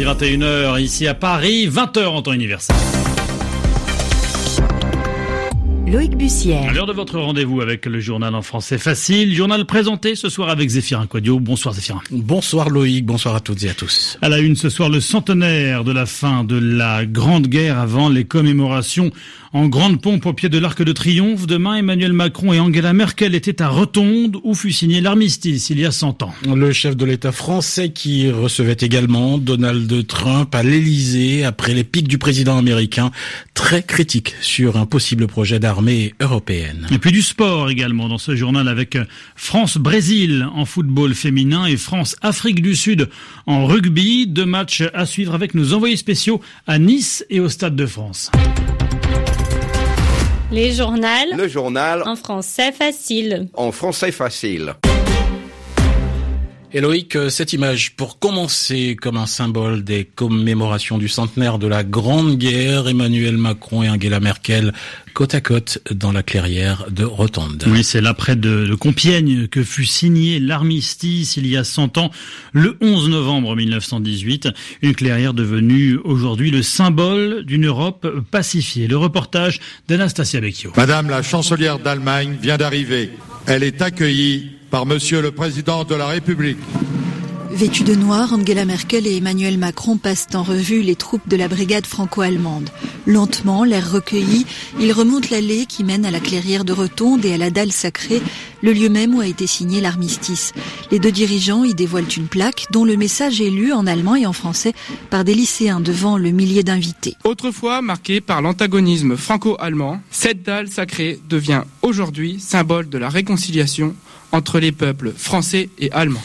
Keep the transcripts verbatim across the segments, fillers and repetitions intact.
Voici vingt et une heures ici à Paris, vingt heures en temps universel. Loïc Bussière. À l'heure de votre rendez-vous avec le journal en français facile, journal présenté ce soir avec Zéphirin Quadio. Bonsoir Zéphirin. Bonsoir Loïc, bonsoir à toutes et à tous. À la une ce soir, le centenaire de la fin de la Grande Guerre avant les commémorations en grande pompe au pied de l'Arc de Triomphe. Demain, Emmanuel Macron et Angela Merkel étaient à Rotonde où fut signé l'armistice il y a cent ans. Le chef de l'État français qui recevait également Donald Trump à l'Élysée après les piques du président américain, très critique sur un possible projet d'armée européenne. Et puis du sport également dans ce journal avec France-Brésil en football féminin et France-Afrique du Sud en rugby. Deux matchs à suivre avec nos envoyés spéciaux à Nice et au Stade de France. Les journaux. Le journal. En français facile. En français facile. Et Loïc, cette image, pour commencer comme un symbole des commémorations du centenaire de la Grande Guerre, Emmanuel Macron et Angela Merkel côte à côte dans la clairière de Rotonde. Oui, c'est là près de, de Compiègne que fut signé l'armistice il y a cent ans, le onze novembre mille neuf cent dix-huit. Une clairière devenue aujourd'hui le symbole d'une Europe pacifiée. Le reportage d'Anastasia Becchio. Madame la chancelière d'Allemagne vient d'arriver. Elle est accueillie par Monsieur le Président de la République. Vêtus de noir, Angela Merkel et Emmanuel Macron passent en revue les troupes de la brigade franco-allemande. Lentement, l'air recueilli, ils remontent l'allée qui mène à la clairière de Rotonde et à la dalle sacrée, le lieu même où a été signé l'armistice. Les deux dirigeants y dévoilent une plaque dont le message est lu en allemand et en français par des lycéens devant le millier d'invités. Autrefois marquée par l'antagonisme franco-allemand, cette dalle sacrée devient aujourd'hui symbole de la réconciliation entre les peuples français et allemands.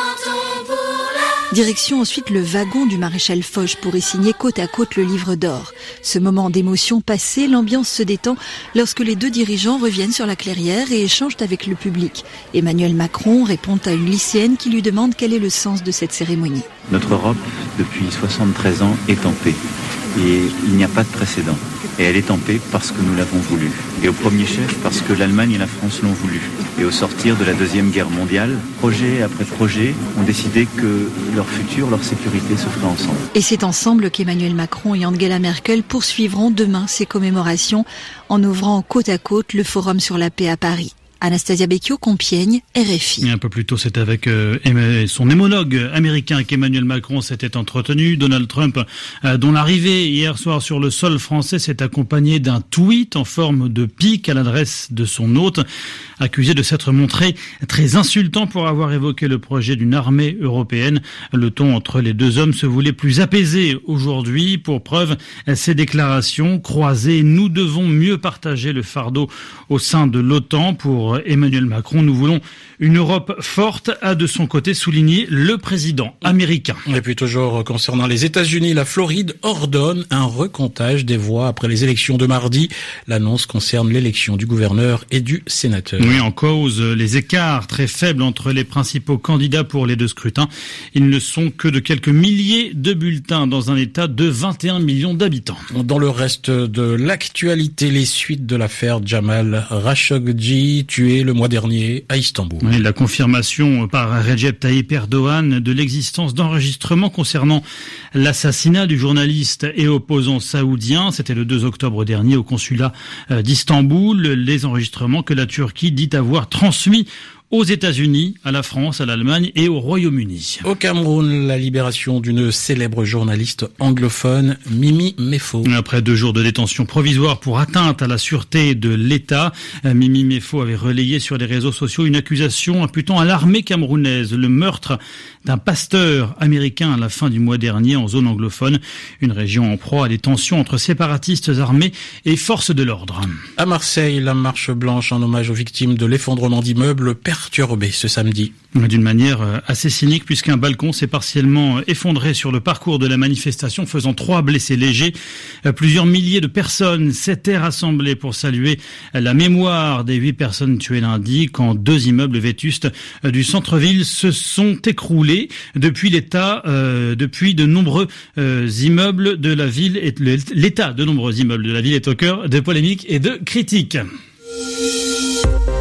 Direction ensuite le wagon du maréchal Foch pour y signer côte à côte le livre d'or. Ce moment d'émotion passé, l'ambiance se détend lorsque les deux dirigeants reviennent sur la clairière et échangent avec le public. Emmanuel Macron répond à une lycéenne qui lui demande quel est le sens de cette cérémonie. Notre Europe, depuis soixante-treize ans, est en paix. Et il n'y a pas de précédent. Et elle est en paix parce que nous l'avons voulu. Et au premier chef, parce que l'Allemagne et la France l'ont voulu. Et au sortir de la Deuxième Guerre mondiale, projet après projet ont décidé que leur futur, leur sécurité se ferait ensemble. Et c'est ensemble qu'Emmanuel Macron et Angela Merkel poursuivront demain ces commémorations en ouvrant côte à côte le Forum sur la paix à Paris. Anastasia Becchio, Compiègne, R F I. Et un peu plus tôt, c'est avec euh, son homologue américain qu'Emmanuel Macron s'était entretenu. Donald Trump, euh, dont l'arrivée hier soir sur le sol français s'est accompagnée d'un tweet en forme de pique à l'adresse de son hôte, accusé de s'être montré très insultant pour avoir évoqué le projet d'une armée européenne. Le ton entre les deux hommes se voulait plus apaisé aujourd'hui. Pour preuve, ces déclarations croisées, nous devons mieux partager le fardeau au sein de l'OTAN. Pour Emmanuel Macron, nous voulons une Europe forte, a de son côté souligné le président américain. Et puis toujours concernant les États-Unis, la Floride ordonne un recomptage des voix après les élections de mardi. L'annonce concerne l'élection du gouverneur et du sénateur. Oui, en cause les écarts très faibles entre les principaux candidats pour les deux scrutins. Ils ne sont que de quelques milliers de bulletins dans un État de vingt et un millions d'habitants. Dans le reste de l'actualité, les suites de l'affaire Jamal Khashoggi, tué le mois dernier à Istanbul. Oui, la confirmation par Recep Tayyip Erdogan de l'existence d'enregistrements concernant l'assassinat du journaliste et opposant saoudien. C'était le deux octobre dernier au consulat d'Istanbul. Les enregistrements que la Turquie dit avoir transmis aux États-Unis, à la France, à l'Allemagne et au Royaume-Uni. Au Cameroun, la libération d'une célèbre journaliste anglophone, Mimi Mefo. Après deux jours de détention provisoire pour atteinte à la sûreté de l'État, Mimi Mefo avait relayé sur les réseaux sociaux une accusation imputant à l'armée camerounaise le meurtre d'un pasteur américain à la fin du mois dernier en zone anglophone, une région en proie à des tensions entre séparatistes armés et forces de l'ordre. À Marseille, la marche blanche en hommage aux victimes de l'effondrement d'immeubles perturbés ce samedi. D'une manière assez cynique, puisqu'un balcon s'est partiellement effondré sur le parcours de la manifestation, faisant trois blessés légers. Plusieurs milliers de personnes s'étaient rassemblées pour saluer la mémoire des huit personnes tuées lundi, quand deux immeubles vétustes du centre-ville se sont écroulés. Depuis l'état, euh, depuis de nombreux euh, immeubles de la ville, et l'état de nombreux immeubles de la ville est au cœur de polémiques et de critiques.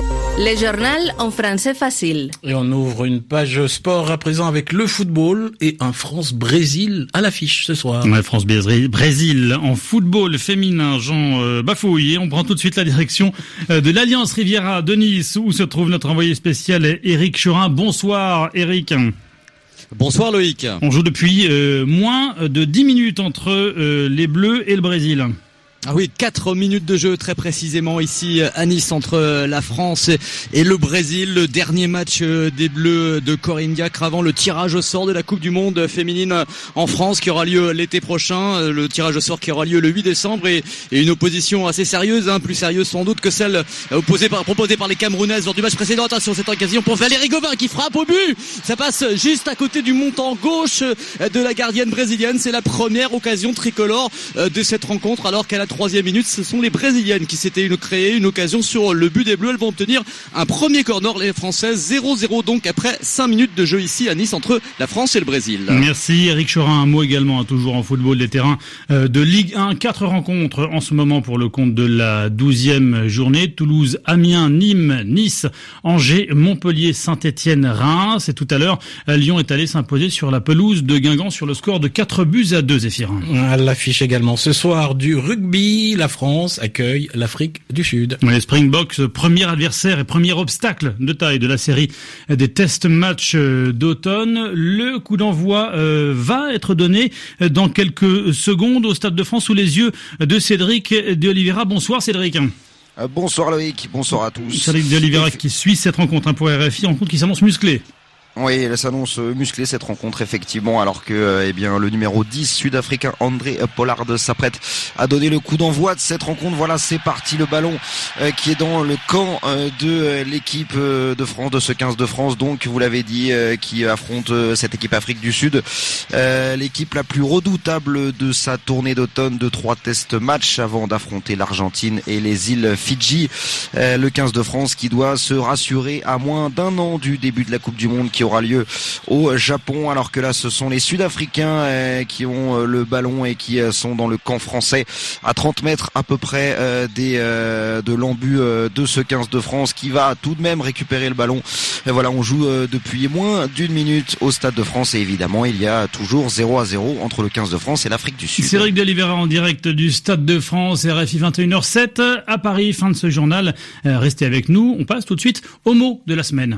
Le journal en français facile. Et on ouvre une page sport à présent avec le football et un France-Brésil à l'affiche ce soir. Ouais, France-Brésil en football féminin, Jean euh, Bafouille. Et on prend tout de suite la direction euh, de l'Alliance Riviera de Nice où se trouve notre envoyé spécial Éric Chorin. Bonsoir Éric. Bonsoir Loïc. On joue depuis euh, moins de dix minutes entre euh, les Bleus et le Brésil. Ah oui, quatre minutes de jeu très précisément ici à Nice entre la France et le Brésil. Le dernier match des Bleus de Corinne Diacre avant le tirage au sort de la Coupe du Monde féminine en France qui aura lieu l'été prochain. Le tirage au sort qui aura lieu le huit décembre et, et une opposition assez sérieuse, hein, plus sérieuse sans doute que celle opposée par, proposée par les Camerounaises lors du match précédent. Attention, cette occasion pour Valérie Gauvin qui frappe au but. Ça passe juste à côté du montant gauche de la gardienne brésilienne. C'est la première occasion tricolore de cette rencontre alors qu'elle a troisième minute, ce sont les Brésiliennes qui s'étaient créé une occasion sur le but des Bleus. Elles vont obtenir un premier corner, les Françaises, zéro zéro donc après cinq minutes de jeu ici à Nice entre la France et le Brésil. Merci Éric Chorin. Un mot également, hein, toujours en football, des terrains euh, de Ligue un. Quatre rencontres en ce moment pour le compte de la douzième journée. Toulouse, Amiens, Nîmes, Nice, Angers, Montpellier, Saint-Étienne, Reims. Et tout à l'heure, Lyon est allé s'imposer sur la pelouse de Guingamp sur le score de quatre buts à deux, Zéphirin. À l'affiche également ce soir du rugby. La France accueille l'Afrique du Sud. Les Springboks, premier adversaire et premier obstacle de taille de la série des test matchs d'automne. Le coup d'envoi euh, va être donné dans quelques secondes au Stade de France sous les yeux de Cédric de Oliveira. Bonsoir Cédric. Euh, bonsoir Loïc, bonsoir à tous. Cédric de Oliveira qui suit cette rencontre hein, pour R F I, rencontre qui s'annonce musclée. Oui, elle s'annonce musclée cette rencontre effectivement, alors que euh, eh bien le numéro dix sud-africain André Pollard s'apprête à donner le coup d'envoi de cette rencontre. Voilà, c'est parti, le ballon euh, qui est dans le camp euh, de euh, l'équipe euh, de France, de ce quinze de France, donc vous l'avez dit, euh, qui affronte euh, cette équipe Afrique du Sud, euh, l'équipe la plus redoutable de sa tournée d'automne de trois tests matchs avant d'affronter l'Argentine et les îles Fidji. Euh, le quinze de France qui doit se rassurer à moins d'un an du début de la Coupe du Monde qui aura lieu au Japon, alors que là ce sont les Sud-Africains euh, qui ont euh, le ballon et qui euh, sont dans le camp français à trente mètres à peu près euh, des euh, de l'embut euh, de ce quinze de France qui va tout de même récupérer le ballon. Et voilà, on joue euh, depuis moins d'une minute au Stade de France et évidemment il y a toujours zéro à zéro entre le quinze de France et l'Afrique du Sud. Cédric de Oliveira en direct du Stade de France, R F I vingt et une heures zéro sept à Paris, fin de ce journal. Euh, restez avec nous, on passe tout de suite au mot de la semaine.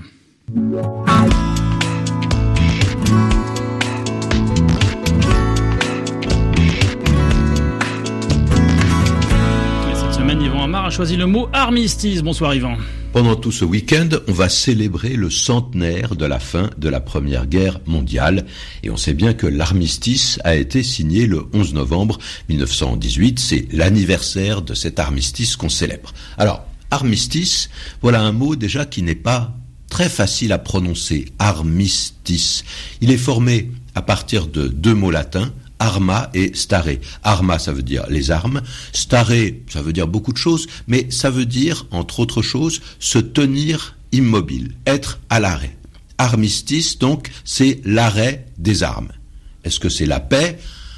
Yvan Amar a choisi le mot armistice. Bonsoir Yvan. Pendant tout ce week-end, on va célébrer le centenaire de la fin de la Première Guerre mondiale. Et on sait bien que l'armistice a été signé le onze novembre mille neuf cent dix-huit. C'est l'anniversaire de cet armistice qu'on célèbre. Alors, armistice, voilà un mot déjà qui n'est pas très facile à prononcer. Armistice. Il est formé à partir de deux mots latins. Arma et stare. Arma, ça veut dire les armes. Stare, ça veut dire beaucoup de choses, mais ça veut dire, entre autres choses, se tenir immobile, être à l'arrêt. Armistice, donc, c'est l'arrêt des armes. Est-ce que c'est la paix ?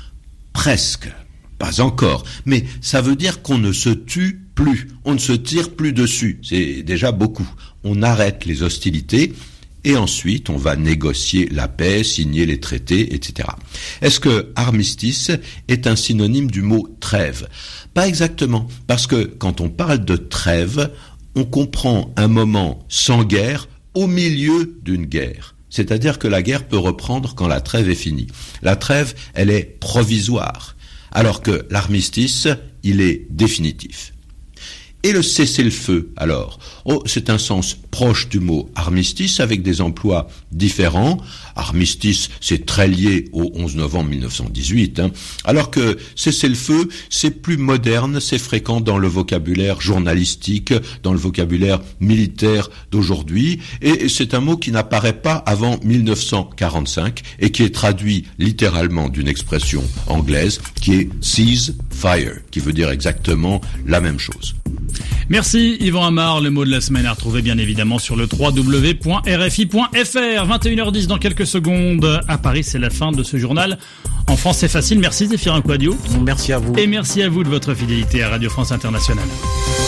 Presque. Pas encore. Mais ça veut dire qu'on ne se tue plus. On ne se tire plus dessus. C'est déjà beaucoup. On arrête les hostilités. Et ensuite, on va négocier la paix, signer les traités, et cetera. Est-ce que armistice est un synonyme du mot trêve ? Pas exactement, parce que quand on parle de trêve, on comprend un moment sans guerre au milieu d'une guerre. C'est-à-dire que la guerre peut reprendre quand la trêve est finie. La trêve, elle est provisoire, alors que l'armistice, il est définitif. Et le cessez-le-feu, alors, oh, c'est un sens proche du mot armistice avec des emplois différents. Armistice, c'est très lié au onze novembre mille neuf cent dix-huit, hein, alors que cessez-le-feu, c'est plus moderne, c'est fréquent dans le vocabulaire journalistique, dans le vocabulaire militaire d'aujourd'hui, et c'est un mot qui n'apparaît pas avant mille neuf cent quarante-cinq et qui est traduit littéralement d'une expression anglaise qui est « cease fire », qui veut dire exactement la même chose. Merci Yvan Amar, le mot de la semaine à retrouver bien évidemment sur le w w w point r f i point f r. vingt et une heures dix dans quelques secondes à Paris, c'est la fin de ce journal. En France c'est facile, merci Zéphirin Quadio. Merci à vous. Et merci à vous de votre fidélité à Radio France Internationale.